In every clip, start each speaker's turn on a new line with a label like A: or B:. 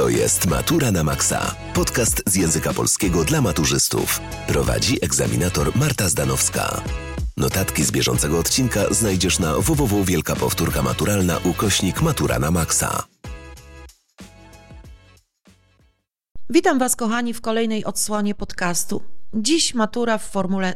A: To jest Matura na Maksa. Podcast z języka polskiego dla maturzystów. Prowadzi egzaminator Marta Zdanowska. Notatki z bieżącego odcinka znajdziesz na www.maturalna/Matura na Maksa.
B: Witam Was, kochani, w kolejnej odsłonie podcastu. Dziś matura w formule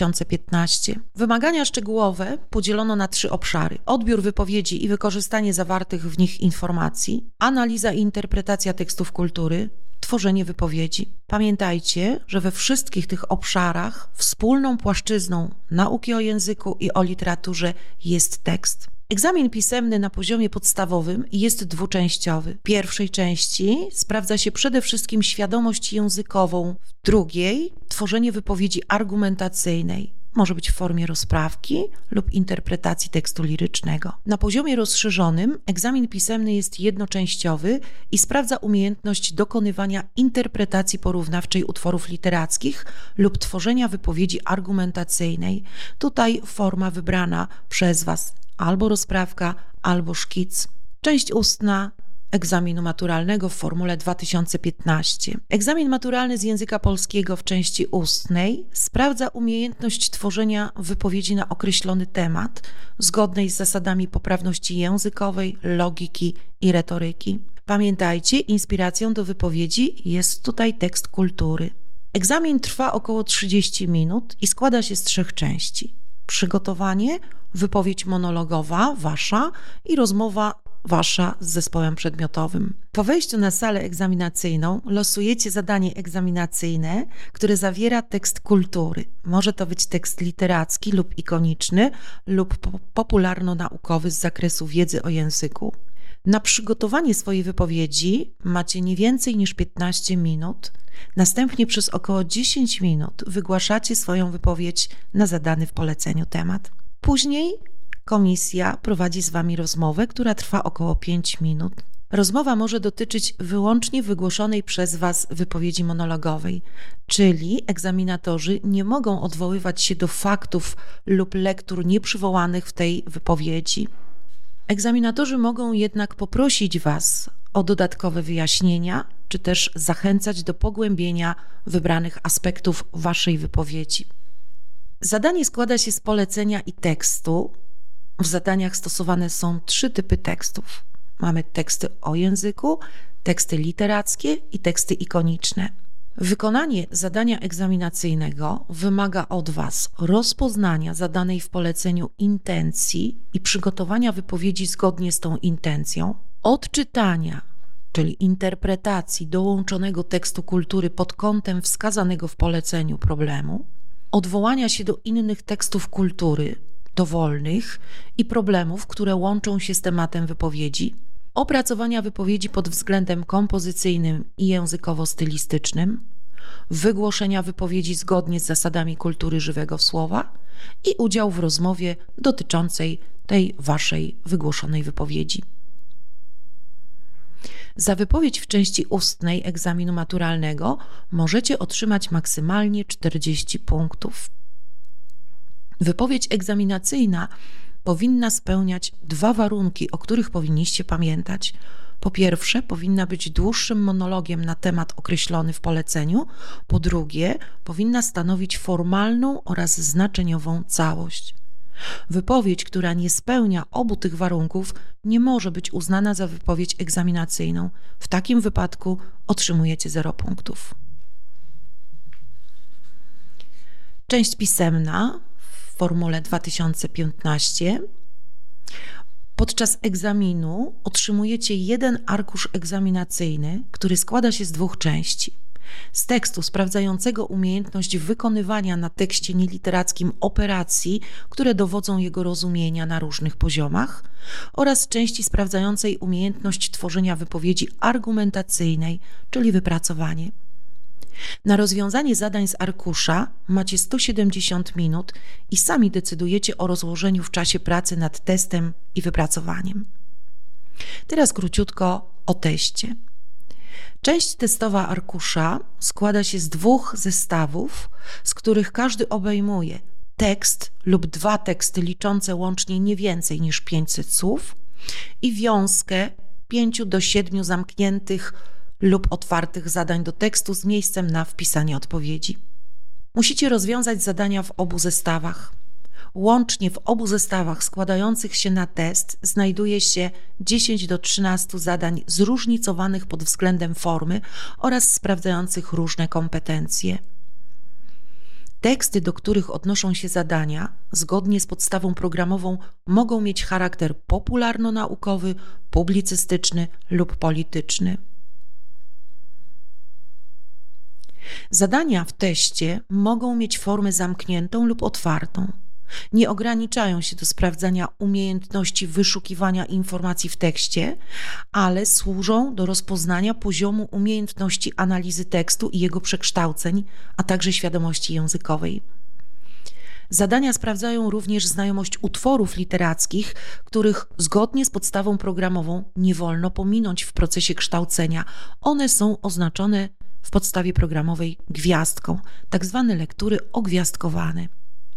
B: 2015. Wymagania szczegółowe podzielono na 3 obszary. Odbiór wypowiedzi i wykorzystanie zawartych w nich informacji, analiza i interpretacja tekstów kultury, tworzenie wypowiedzi. Pamiętajcie, że we wszystkich tych obszarach wspólną płaszczyzną nauki o języku i o literaturze jest tekst. Egzamin pisemny na poziomie podstawowym jest dwuczęściowy. W pierwszej części sprawdza się przede wszystkim świadomość językową, w drugiej tworzenie wypowiedzi argumentacyjnej. Może być w formie rozprawki lub interpretacji tekstu lirycznego. Na poziomie rozszerzonym egzamin pisemny jest jednoczęściowy i sprawdza umiejętność dokonywania interpretacji porównawczej utworów literackich lub tworzenia wypowiedzi argumentacyjnej. Tutaj forma wybrana przez Was. Albo rozprawka, albo szkic. Część ustna egzaminu maturalnego w formule 2015. Egzamin maturalny z języka polskiego w części ustnej sprawdza umiejętność tworzenia wypowiedzi na określony temat, zgodnej z zasadami poprawności językowej, logiki i retoryki. Pamiętajcie, inspiracją do wypowiedzi jest tutaj tekst kultury. Egzamin trwa około 30 minut i składa się z 3 części. Przygotowanie, wypowiedź monologowa, wasza i rozmowa wasza z zespołem przedmiotowym. Po wejściu na salę egzaminacyjną losujecie zadanie egzaminacyjne, które zawiera tekst kultury. Może to być tekst literacki lub ikoniczny lub popularno-naukowy z zakresu wiedzy o języku. Na przygotowanie swojej wypowiedzi macie nie więcej niż 15 minut. Następnie przez około 10 minut wygłaszacie swoją wypowiedź na zadany w poleceniu temat. Później komisja prowadzi z Wami rozmowę, która trwa około 5 minut. Rozmowa może dotyczyć wyłącznie wygłoszonej przez Was wypowiedzi monologowej, czyli egzaminatorzy nie mogą odwoływać się do faktów lub lektur nieprzywołanych w tej wypowiedzi. Egzaminatorzy mogą jednak poprosić Was o dodatkowe wyjaśnienia, czy też zachęcać do pogłębienia wybranych aspektów Waszej wypowiedzi. Zadanie składa się z polecenia i tekstu. W zadaniach stosowane są 3 typy tekstów. Mamy teksty o języku, teksty literackie i teksty ikoniczne. Wykonanie zadania egzaminacyjnego wymaga od Was rozpoznania zadanej w poleceniu intencji i przygotowania wypowiedzi zgodnie z tą intencją, odczytania, czyli interpretacji dołączonego tekstu kultury pod kątem wskazanego w poleceniu problemu, odwołania się do innych tekstów kultury, dowolnych i problemów, które łączą się z tematem wypowiedzi, opracowania wypowiedzi pod względem kompozycyjnym i językowo-stylistycznym, wygłoszenia wypowiedzi zgodnie z zasadami kultury żywego słowa i udział w rozmowie dotyczącej tej Waszej wygłoszonej wypowiedzi. Za wypowiedź w części ustnej egzaminu maturalnego możecie otrzymać maksymalnie 40 punktów. Wypowiedź egzaminacyjna powinna spełniać 2 warunki, o których powinniście pamiętać. Po pierwsze, powinna być dłuższym monologiem na temat określony w poleceniu. Po drugie, powinna stanowić formalną oraz znaczeniową całość. Wypowiedź, która nie spełnia obu tych warunków, nie może być uznana za wypowiedź egzaminacyjną. W takim wypadku otrzymujecie 0 punktów. Część pisemna w formule 2015. Podczas egzaminu otrzymujecie 1 arkusz egzaminacyjny, który składa się z 2 części. Z tekstu sprawdzającego umiejętność wykonywania na tekście nieliterackim operacji, które dowodzą jego rozumienia na różnych poziomach, oraz części sprawdzającej umiejętność tworzenia wypowiedzi argumentacyjnej, czyli wypracowanie. Na rozwiązanie zadań z arkusza macie 170 minut i sami decydujecie o rozłożeniu w czasie pracy nad testem i wypracowaniem. Teraz króciutko o teście. Część testowa arkusza składa się z 2 zestawów, z których każdy obejmuje tekst lub 2 teksty liczące łącznie nie więcej niż 500 słów i wiązkę 5 do 7 zamkniętych lub otwartych zadań do tekstu z miejscem na wpisanie odpowiedzi. Musicie rozwiązać zadania w obu zestawach. Łącznie w obu zestawach składających się na test znajduje się 10 do 13 zadań zróżnicowanych pod względem formy oraz sprawdzających różne kompetencje. Teksty, do których odnoszą się zadania, zgodnie z podstawą programową, mogą mieć charakter popularno-naukowy, publicystyczny lub polityczny. Zadania w teście mogą mieć formę zamkniętą lub otwartą. Nie ograniczają się do sprawdzania umiejętności wyszukiwania informacji w tekście, ale służą do rozpoznania poziomu umiejętności analizy tekstu i jego przekształceń, a także świadomości językowej. Zadania sprawdzają również znajomość utworów literackich, których zgodnie z podstawą programową nie wolno pominąć w procesie kształcenia. One są oznaczone w podstawie programowej gwiazdką, tak zwane lektury ogwiazdkowane.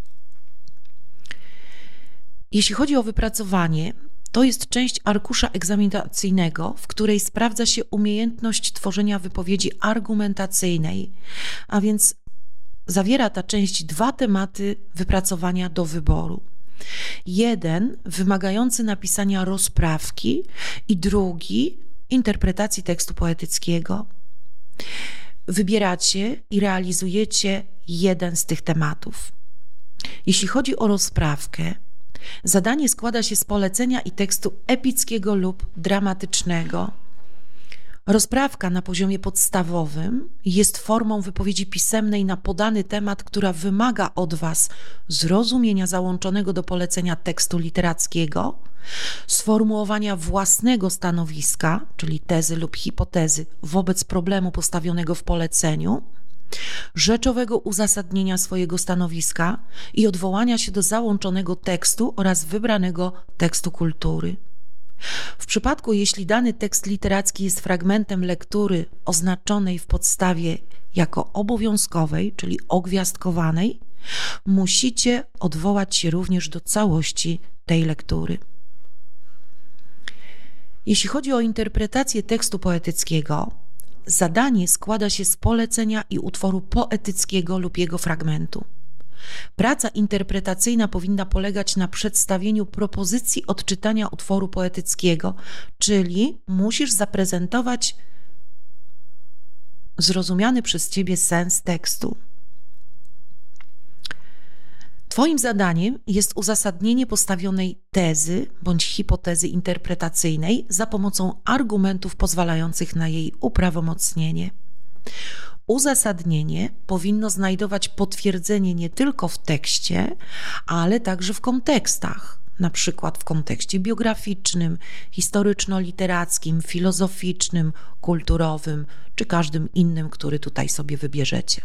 B: Jeśli chodzi o wypracowanie, to jest część arkusza egzaminacyjnego, w której sprawdza się umiejętność tworzenia wypowiedzi argumentacyjnej, a więc zawiera ta część 2 tematy wypracowania do wyboru. Jeden wymagający napisania rozprawki i drugi interpretacji tekstu poetyckiego. Wybieracie i realizujecie jeden z tych tematów. Jeśli chodzi o rozprawkę, zadanie składa się z polecenia i tekstu epickiego lub dramatycznego. Rozprawka na poziomie podstawowym jest formą wypowiedzi pisemnej na podany temat, która wymaga od Was zrozumienia załączonego do polecenia tekstu literackiego, sformułowania własnego stanowiska, czyli tezy lub hipotezy wobec problemu postawionego w poleceniu, rzeczowego uzasadnienia swojego stanowiska i odwołania się do załączonego tekstu oraz wybranego tekstu kultury. W przypadku, jeśli dany tekst literacki jest fragmentem lektury oznaczonej w podstawie jako obowiązkowej, czyli ogwiazdkowanej, musicie odwołać się również do całości tej lektury. Jeśli chodzi o interpretację tekstu poetyckiego, zadanie składa się z polecenia i utworu poetyckiego lub jego fragmentu. Praca interpretacyjna powinna polegać na przedstawieniu propozycji odczytania utworu poetyckiego, czyli musisz zaprezentować zrozumiany przez Ciebie sens tekstu. Twoim zadaniem jest uzasadnienie postawionej tezy bądź hipotezy interpretacyjnej za pomocą argumentów pozwalających na jej uprawomocnienie. Uzasadnienie powinno znajdować potwierdzenie nie tylko w tekście, ale także w kontekstach, na przykład w kontekście biograficznym, historyczno-literackim, filozoficznym, kulturowym czy każdym innym, który tutaj sobie wybierzecie.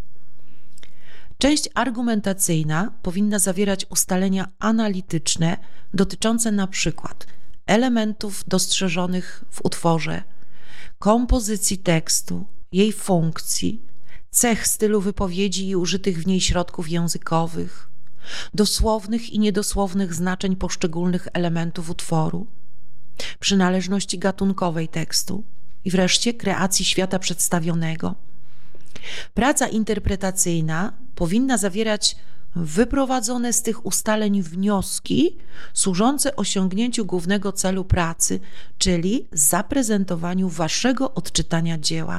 B: Część argumentacyjna powinna zawierać ustalenia analityczne dotyczące na przykład elementów dostrzeżonych w utworze, kompozycji tekstu, jej funkcji, cech stylu wypowiedzi i użytych w niej środków językowych, dosłownych i niedosłownych znaczeń poszczególnych elementów utworu, przynależności gatunkowej tekstu i wreszcie kreacji świata przedstawionego. Praca interpretacyjna powinna zawierać wyprowadzone z tych ustaleń wnioski służące osiągnięciu głównego celu pracy, czyli zaprezentowaniu Waszego odczytania dzieła.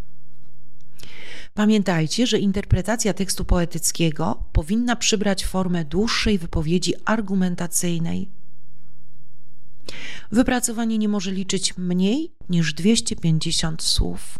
B: Pamiętajcie, że interpretacja tekstu poetyckiego powinna przybrać formę dłuższej wypowiedzi argumentacyjnej. Wypracowanie nie może liczyć mniej niż 250 słów.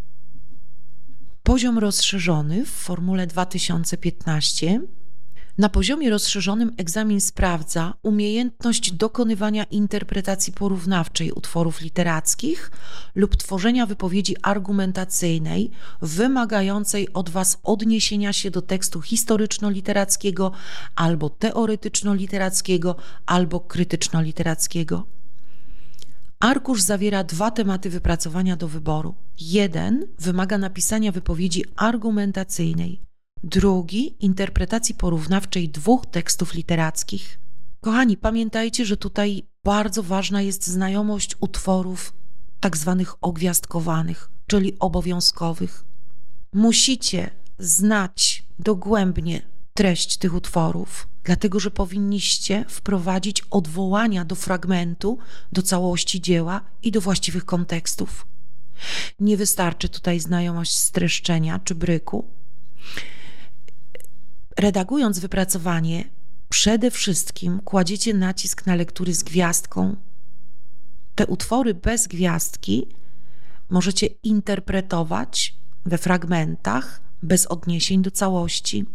B: Poziom rozszerzony w formule 2015. Na poziomie rozszerzonym egzamin sprawdza umiejętność dokonywania interpretacji porównawczej utworów literackich lub tworzenia wypowiedzi argumentacyjnej wymagającej od Was odniesienia się do tekstu historyczno-literackiego albo teoretyczno-literackiego albo krytyczno-literackiego. Arkusz zawiera 2 tematy wypracowania do wyboru. Jeden wymaga napisania wypowiedzi argumentacyjnej, drugi interpretacji porównawczej 2 tekstów literackich. Kochani, pamiętajcie, że tutaj bardzo ważna jest znajomość utworów tak zwanych ogwiazdkowanych, czyli obowiązkowych. Musicie znać dogłębnie treść tych utworów, dlatego że powinniście wprowadzić odwołania do fragmentu, do całości dzieła i do właściwych kontekstów. Nie wystarczy tutaj znajomość streszczenia czy bryku. Redagując wypracowanie, przede wszystkim kładziecie nacisk na lektury z gwiazdką. Te utwory bez gwiazdki możecie interpretować we fragmentach, bez odniesień do całości.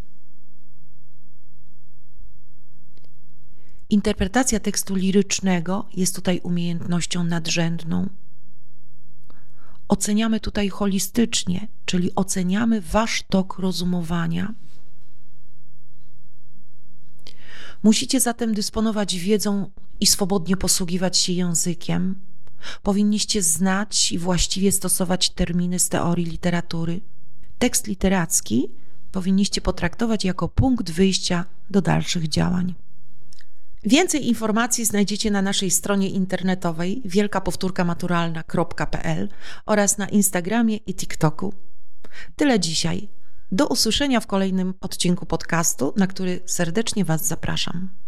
B: Interpretacja tekstu lirycznego jest tutaj umiejętnością nadrzędną. Oceniamy tutaj holistycznie, czyli oceniamy wasz tok rozumowania. Musicie zatem dysponować wiedzą i swobodnie posługiwać się językiem. Powinniście znać i właściwie stosować terminy z teorii literatury. Tekst literacki powinniście potraktować jako punkt wyjścia do dalszych działań. Więcej informacji znajdziecie na naszej stronie internetowej wielkapowtórkamaturalna.pl oraz na Instagramie i TikToku. Tyle dzisiaj. Do usłyszenia w kolejnym odcinku podcastu, na który serdecznie Was zapraszam.